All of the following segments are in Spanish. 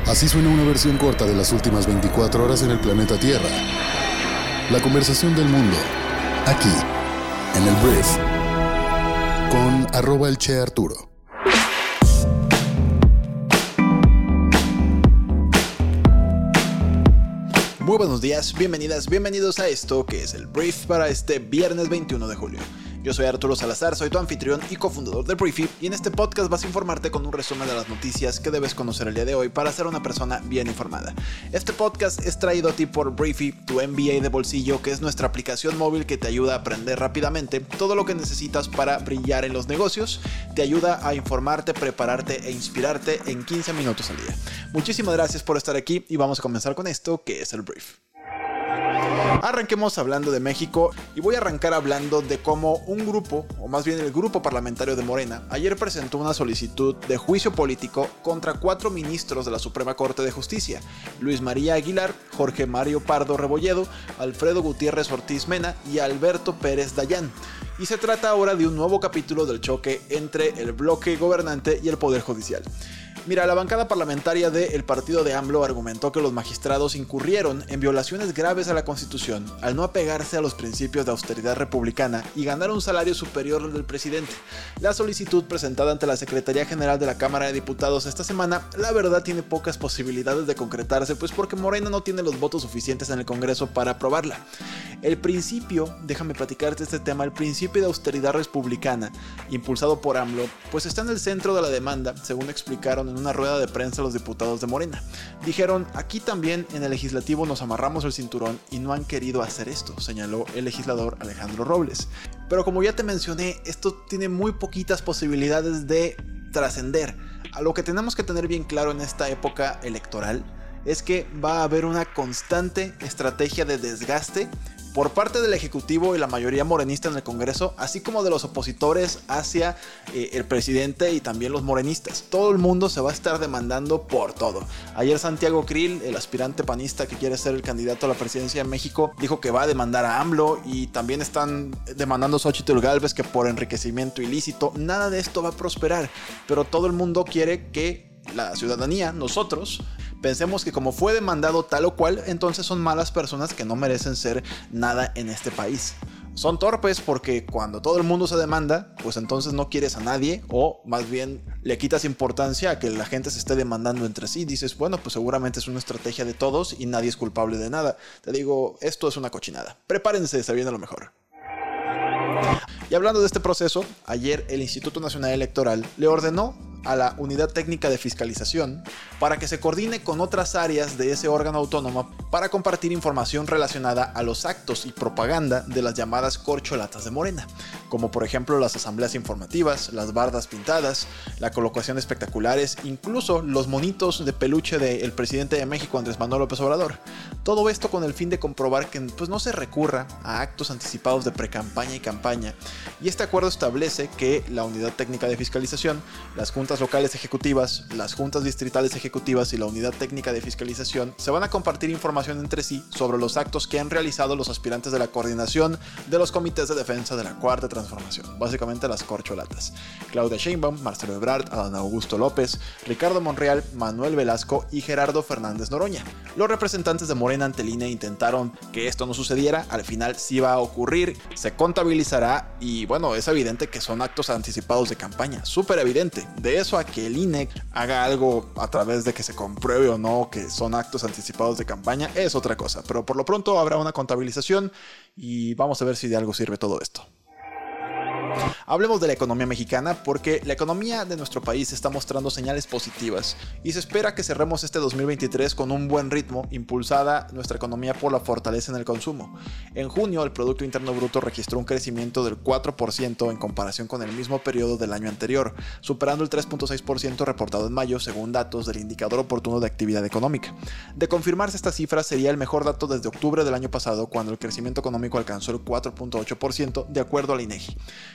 Así suena una versión corta de las últimas 24 horas en el planeta Tierra. La conversación del mundo, aquí, en el Brief, con @elCheArturo. Muy buenos días, bienvenidas, bienvenidos a esto que es el Brief para este viernes 21 de julio. Yo soy Arturo Salazar, soy tu anfitrión y cofundador de Briefy, y en este podcast vas a informarte con un resumen de las noticias que debes conocer el día de hoy para ser una persona bien informada. Este podcast es traído a ti por Briefy, tu MBA de bolsillo, que es nuestra aplicación móvil que te ayuda a aprender rápidamente todo lo que necesitas para brillar en los negocios, te ayuda a informarte, prepararte e inspirarte en 15 minutos al día. Muchísimas gracias por estar aquí y vamos a comenzar con esto que es el Brief. Arranquemos hablando de México y voy a arrancar hablando de cómo un grupo, o más bien el grupo parlamentario de Morena, ayer presentó una solicitud de juicio político contra 4 ministros de la Suprema Corte de Justicia: Luis María Aguilar, Jorge Mario Pardo Rebolledo, Alfredo Gutiérrez Ortiz Mena y Alberto Pérez Dayán. Y se trata ahora de un nuevo capítulo del choque entre el bloque gobernante y el Poder Judicial. Mira, la bancada parlamentaria del partido de AMLO argumentó que los magistrados incurrieron en violaciones graves a la Constitución al no apegarse a los principios de austeridad republicana y ganar un salario superior al del presidente. La solicitud presentada ante la Secretaría General de la Cámara de Diputados esta semana, la verdad, tiene pocas posibilidades de concretarse, pues porque Morena no tiene los votos suficientes en el Congreso para aprobarla. El principio, déjame platicarte este tema, el principio de austeridad republicana, impulsado por AMLO, pues está en el centro de la demanda, según explicaron en una rueda de prensa los diputados de Morena. Dijeron: aquí también en el legislativo nos amarramos el cinturón y no han querido hacer esto, señaló el legislador Alejandro Robles. Pero como ya te mencioné, esto tiene muy poquitas posibilidades de trascender. A lo que tenemos que tener bien claro en esta época electoral es que va a haber una constante estrategia de desgaste por parte del Ejecutivo y la mayoría morenista en el Congreso, así como de los opositores hacia el presidente y también los morenistas. Todo el mundo se va a estar demandando por todo. Ayer Santiago Krill, el aspirante panista que quiere ser el candidato a la presidencia de México, dijo que va a demandar a AMLO, y también están demandando a Xochitl Gálvez que por enriquecimiento ilícito. Nada de esto va a prosperar, pero todo el mundo quiere que la ciudadanía, nosotros, pensemos que como fue demandado tal o cual, entonces son malas personas que no merecen ser nada en este país. Son torpes porque cuando todo el mundo se demanda, pues entonces no quieres a nadie, o más bien le quitas importancia a que la gente se esté demandando entre sí. Dices, bueno, pues seguramente es una estrategia de todos y nadie es culpable de nada. Te digo, esto es una cochinada. Prepárense, se viene lo mejor. Y hablando de este proceso, ayer el Instituto Nacional Electoral le ordenó a la Unidad Técnica de Fiscalización para que se coordine con otras áreas de ese órgano autónomo para compartir información relacionada a los actos y propaganda de las llamadas corcholatas de Morena, como por ejemplo las asambleas informativas, las bardas pintadas, la colocación de espectaculares, incluso los monitos de peluche del presidente de México, Andrés Manuel López Obrador. Todo esto con el fin de comprobar que pues, no se recurra a actos anticipados de precampaña y campaña. Y este acuerdo establece que la Unidad Técnica de Fiscalización, las juntas locales ejecutivas, las juntas distritales ejecutivas y la Unidad Técnica de Fiscalización se van a compartir información entre sí sobre los actos que han realizado los aspirantes de la coordinación de los comités de defensa de la Cuarta Transformación, básicamente las corcholatas. Claudia Sheinbaum, Marcelo Ebrard, Adán Augusto López, Ricardo Monreal, Manuel Velasco y Gerardo Fernández Noroña. Los representantes de Morena ante el INE intentaron que esto no sucediera. Al final sí va a ocurrir, se contabilizará y bueno, es evidente que son actos anticipados de campaña, súper evidente. De eso a que el INE haga algo a través de que se compruebe o no que son actos anticipados de campaña es otra cosa, pero por lo pronto habrá una contabilización y vamos a ver si de algo sirve todo esto. Hablemos de la economía mexicana, porque la economía de nuestro país está mostrando señales positivas y se espera que cerremos este 2023 con un buen ritmo, impulsada nuestra economía por la fortaleza en el consumo. En junio, el Producto Interno Bruto registró un crecimiento del 4% en comparación con el mismo periodo del año anterior, superando el 3.6% reportado en mayo, según datos del Indicador Oportuno de Actividad Económica. De confirmarse esta cifra, sería el mejor dato desde octubre del año pasado, cuando el crecimiento económico alcanzó el 4.8%, de acuerdo al INEGI. Este crecimiento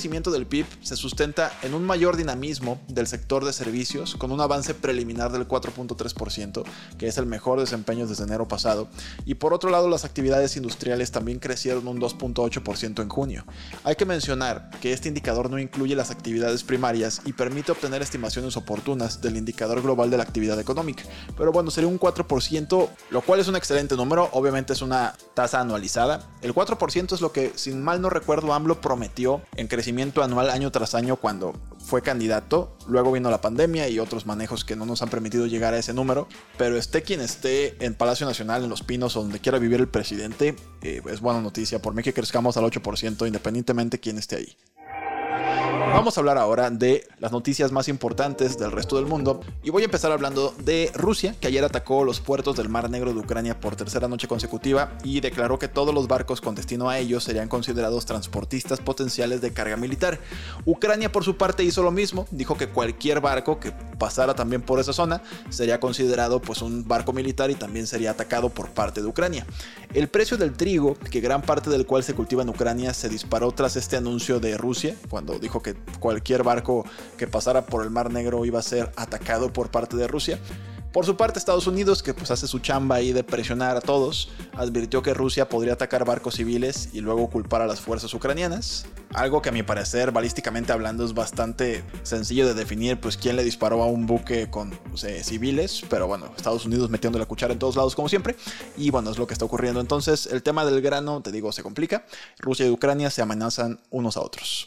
crecimiento del PIB se sustenta en un mayor dinamismo del sector de servicios, con un avance preliminar del 4.3%, que es el mejor desempeño desde enero pasado, y por otro lado las actividades industriales también crecieron un 2.8% en junio. Hay que mencionar que este indicador no incluye las actividades primarias y permite obtener estimaciones oportunas del indicador global de la actividad económica, pero bueno, sería un 4%, lo cual es un excelente número, obviamente es una tasa anualizada. El 4% es lo que, sin mal no recuerdo, AMLO prometió en crecimiento anual año tras año cuando fue candidato. Luego vino la pandemia y otros manejos que no nos han permitido llegar a ese número, pero esté quien esté en Palacio Nacional, en Los Pinos o donde quiera vivir el presidente, es buena noticia, por mí que crezcamos al 8% independientemente quién esté ahí. Vamos a hablar ahora de las noticias más importantes del resto del mundo y voy a empezar hablando de Rusia, que ayer atacó los puertos del Mar Negro de Ucrania por tercera noche consecutiva y declaró que todos los barcos con destino a ellos serían considerados transportistas potenciales de carga militar. Ucrania por su parte hizo lo mismo, dijo que cualquier barco que pasara también por esa zona sería considerado pues un barco militar y también sería atacado por parte de Ucrania. El precio del trigo, que gran parte del cual se cultiva en Ucrania, se disparó tras este anuncio de Rusia, cuando dijo que cualquier barco que pasara por el Mar Negro iba a ser atacado por parte de Rusia. Por su parte, Estados Unidos, que pues hace su chamba ahí de presionar a todos, advirtió que Rusia podría atacar barcos civiles y luego culpar a las fuerzas ucranianas. Algo que a mi parecer, balísticamente hablando, es bastante sencillo de definir, pues quién le disparó a un buque con civiles, pero bueno, Estados Unidos metiendo la cuchara en todos lados como siempre, y bueno, es lo que está ocurriendo. Entonces, el tema del grano, te digo, se complica. Rusia y Ucrania se amenazan unos a otros.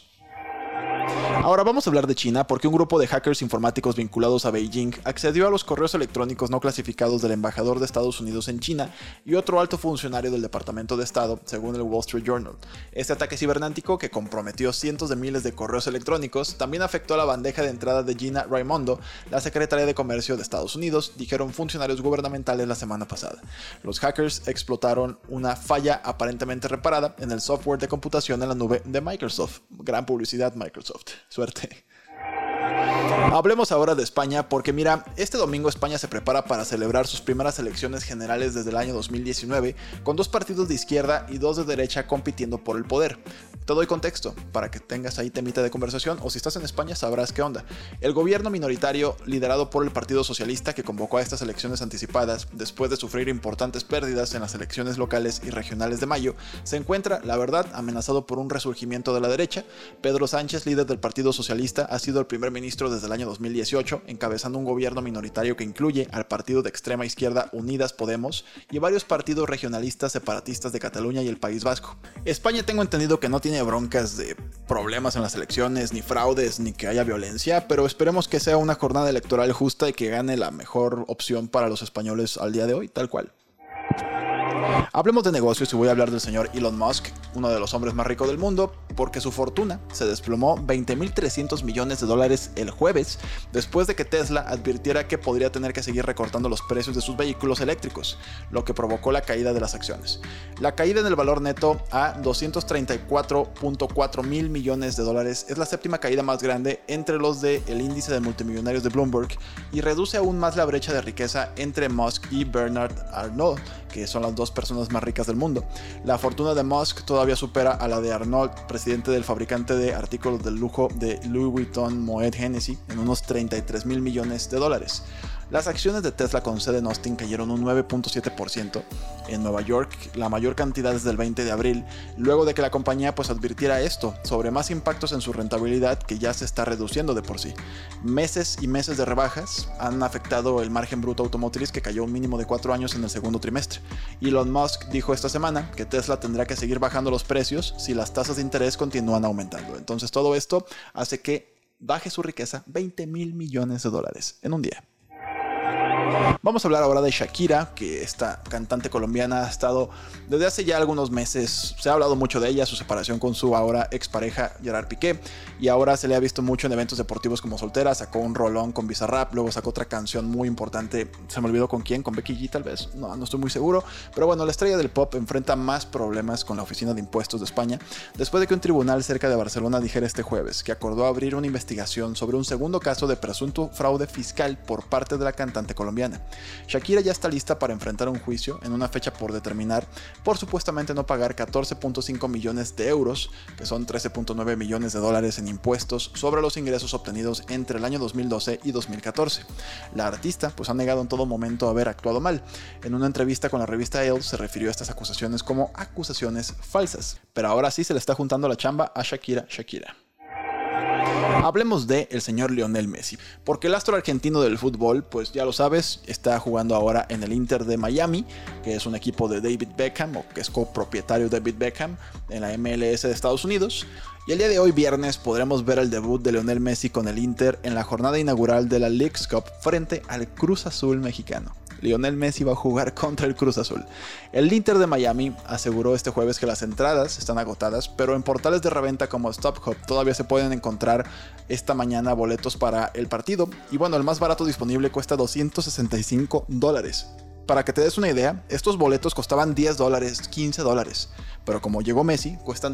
Ahora vamos a hablar de China porque un grupo de hackers informáticos vinculados a Beijing accedió a los correos electrónicos no clasificados del embajador de Estados Unidos en China y otro alto funcionario del Departamento de Estado, según el Wall Street Journal. Este ataque cibernético, que comprometió cientos de miles de correos electrónicos, también afectó a la bandeja de entrada de Gina Raimondo, la secretaria de Comercio de Estados Unidos, dijeron funcionarios gubernamentales la semana pasada. Los hackers explotaron una falla aparentemente reparada en el software de computación en la nube de Microsoft. Gran publicidad, Microsoft. Suerte. Hablemos ahora de España porque mira, este domingo España se prepara para celebrar sus primeras elecciones generales desde el año 2019 con 2 partidos de izquierda y 2 de derecha compitiendo por el poder. Te doy contexto para que tengas ahí temita de conversación o si estás en España sabrás qué onda. El gobierno minoritario liderado por el Partido Socialista que convocó a estas elecciones anticipadas después de sufrir importantes pérdidas en las elecciones locales y regionales de mayo se encuentra, la verdad, amenazado por un resurgimiento de la derecha. Pedro Sánchez, líder del Partido Socialista, ha sido el primer ministro desde el año 2018, encabezando un gobierno minoritario que incluye al partido de extrema izquierda Unidas Podemos y varios partidos regionalistas separatistas de Cataluña y el País Vasco. España tengo entendido que no tiene broncas de problemas en las elecciones, ni fraudes, ni que haya violencia, pero esperemos que sea una jornada electoral justa y que gane la mejor opción para los españoles al día de hoy, tal cual. Hablemos de negocios y voy a hablar del señor Elon Musk, uno de los hombres más ricos del mundo, porque su fortuna se desplomó $20.300 millones el jueves, después de que Tesla advirtiera que podría tener que seguir recortando los precios de sus vehículos eléctricos, lo que provocó la caída de las acciones. La caída en el valor neto a $234.4 mil millones es la séptima caída más grande entre los del índice de multimillonarios de Bloomberg y reduce aún más la brecha de riqueza entre Musk y Bernard Arnault, que son las 2 personas más ricas del mundo. La fortuna de Musk todavía supera a la de Arnault, presidente del fabricante de artículos de lujo de Louis Vuitton Moet Hennessy, en unos $33.000 millones. Las acciones de Tesla con sede en Austin cayeron un 9.7%. En Nueva York, la mayor cantidad desde el 20 de abril, luego de que la compañía advirtiera esto, sobre más impactos en su rentabilidad que ya se está reduciendo de por sí. Meses y meses de rebajas han afectado el margen bruto automotriz que cayó un mínimo de 4 años en el segundo trimestre. Elon Musk dijo esta semana que Tesla tendrá que seguir bajando los precios si las tasas de interés continúan aumentando. Entonces todo esto hace que baje su riqueza $20.000 millones en un día. Vamos a hablar ahora de Shakira, que esta cantante colombiana ha estado desde hace ya algunos meses, se ha hablado mucho de ella, su separación con su ahora expareja Gerard Piqué, y ahora se le ha visto mucho en eventos deportivos como soltera, sacó un rolón con Bizarrap, luego sacó otra canción muy importante, se me olvidó con quién, con Becky G tal vez, no estoy muy seguro, pero bueno, la estrella del pop enfrenta más problemas con la Oficina de Impuestos de España, después de que un tribunal cerca de Barcelona dijera este jueves que acordó abrir una investigación sobre un segundo caso de presunto fraude fiscal por parte de la cantante colombiana. Shakira ya está lista para enfrentar un juicio en una fecha por determinar por supuestamente no pagar 14.5 millones de euros, que son 13.9 millones de dólares en impuestos sobre los ingresos obtenidos entre el año 2012 y 2014. La artista ha negado en todo momento haber actuado mal. En una entrevista con la revista Elle se refirió a estas acusaciones como acusaciones falsas. Pero ahora sí se le está juntando la chamba a Shakira. Hablemos de el señor Lionel Messi, porque el astro argentino del fútbol, pues ya lo sabes, está jugando ahora en el Inter de Miami, que es un equipo de David Beckham, o que es copropietario de David Beckham, en la MLS de Estados Unidos. Y el día de hoy, viernes, podremos ver el debut de Lionel Messi con el Inter en la jornada inaugural de la Leagues Cup frente al Cruz Azul mexicano. Lionel Messi va a jugar contra el Cruz Azul. El Inter de Miami aseguró este jueves que las entradas están agotadas, pero en portales de reventa como StubHub todavía se pueden encontrar esta mañana boletos para el partido. Y bueno, el más barato disponible cuesta $265. Para que te des una idea, estos boletos costaban $10, $15, pero como llegó Messi, cuestan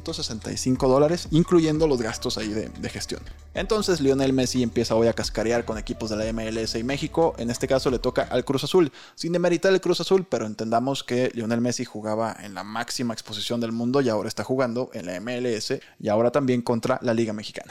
$265, incluyendo los gastos ahí de gestión. Entonces Lionel Messi empieza hoy a cascarear con equipos de la MLS y México. En este caso le toca al Cruz Azul, sin demeritar el Cruz Azul, pero entendamos que Lionel Messi jugaba en la máxima exposición del mundo y ahora está jugando en la MLS y ahora también contra la Liga Mexicana.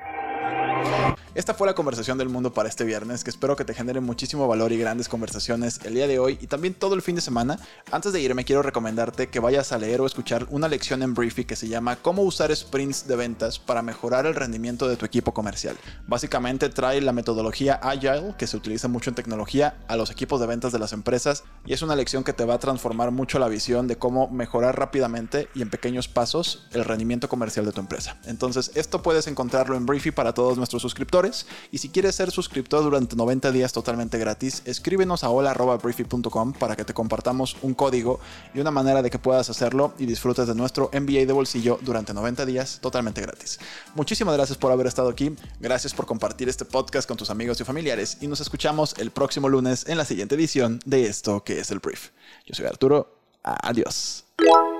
Esta fue la conversación del mundo para este viernes, que espero que te genere muchísimo valor y grandes conversaciones el día de hoy y también todo el fin de semana. Antes de irme quiero recomendarte que vayas a leer o escuchar una lección en Briefy que se llama Cómo usar sprints de ventas para mejorar el rendimiento de tu equipo comercial. Básicamente trae la metodología Agile, que se utiliza mucho en tecnología, a los equipos de ventas de las empresas, y es una lección que te va a transformar mucho la visión de cómo mejorar rápidamente y en pequeños pasos el rendimiento comercial de tu empresa. Entonces esto puedes encontrarlo en Briefy para todos nuestros suscriptores. Y si quieres ser suscriptor durante 90 días totalmente gratis, escríbenos a hola@briefy.com para que te compartamos un código y una manera de que puedas hacerlo y disfrutes de nuestro MBA de bolsillo durante 90 días totalmente gratis. Muchísimas gracias por haber estado aquí, gracias por compartir este podcast con tus amigos y familiares y nos escuchamos el próximo lunes en la siguiente edición de esto que es el Brief. Yo soy Arturo, adiós.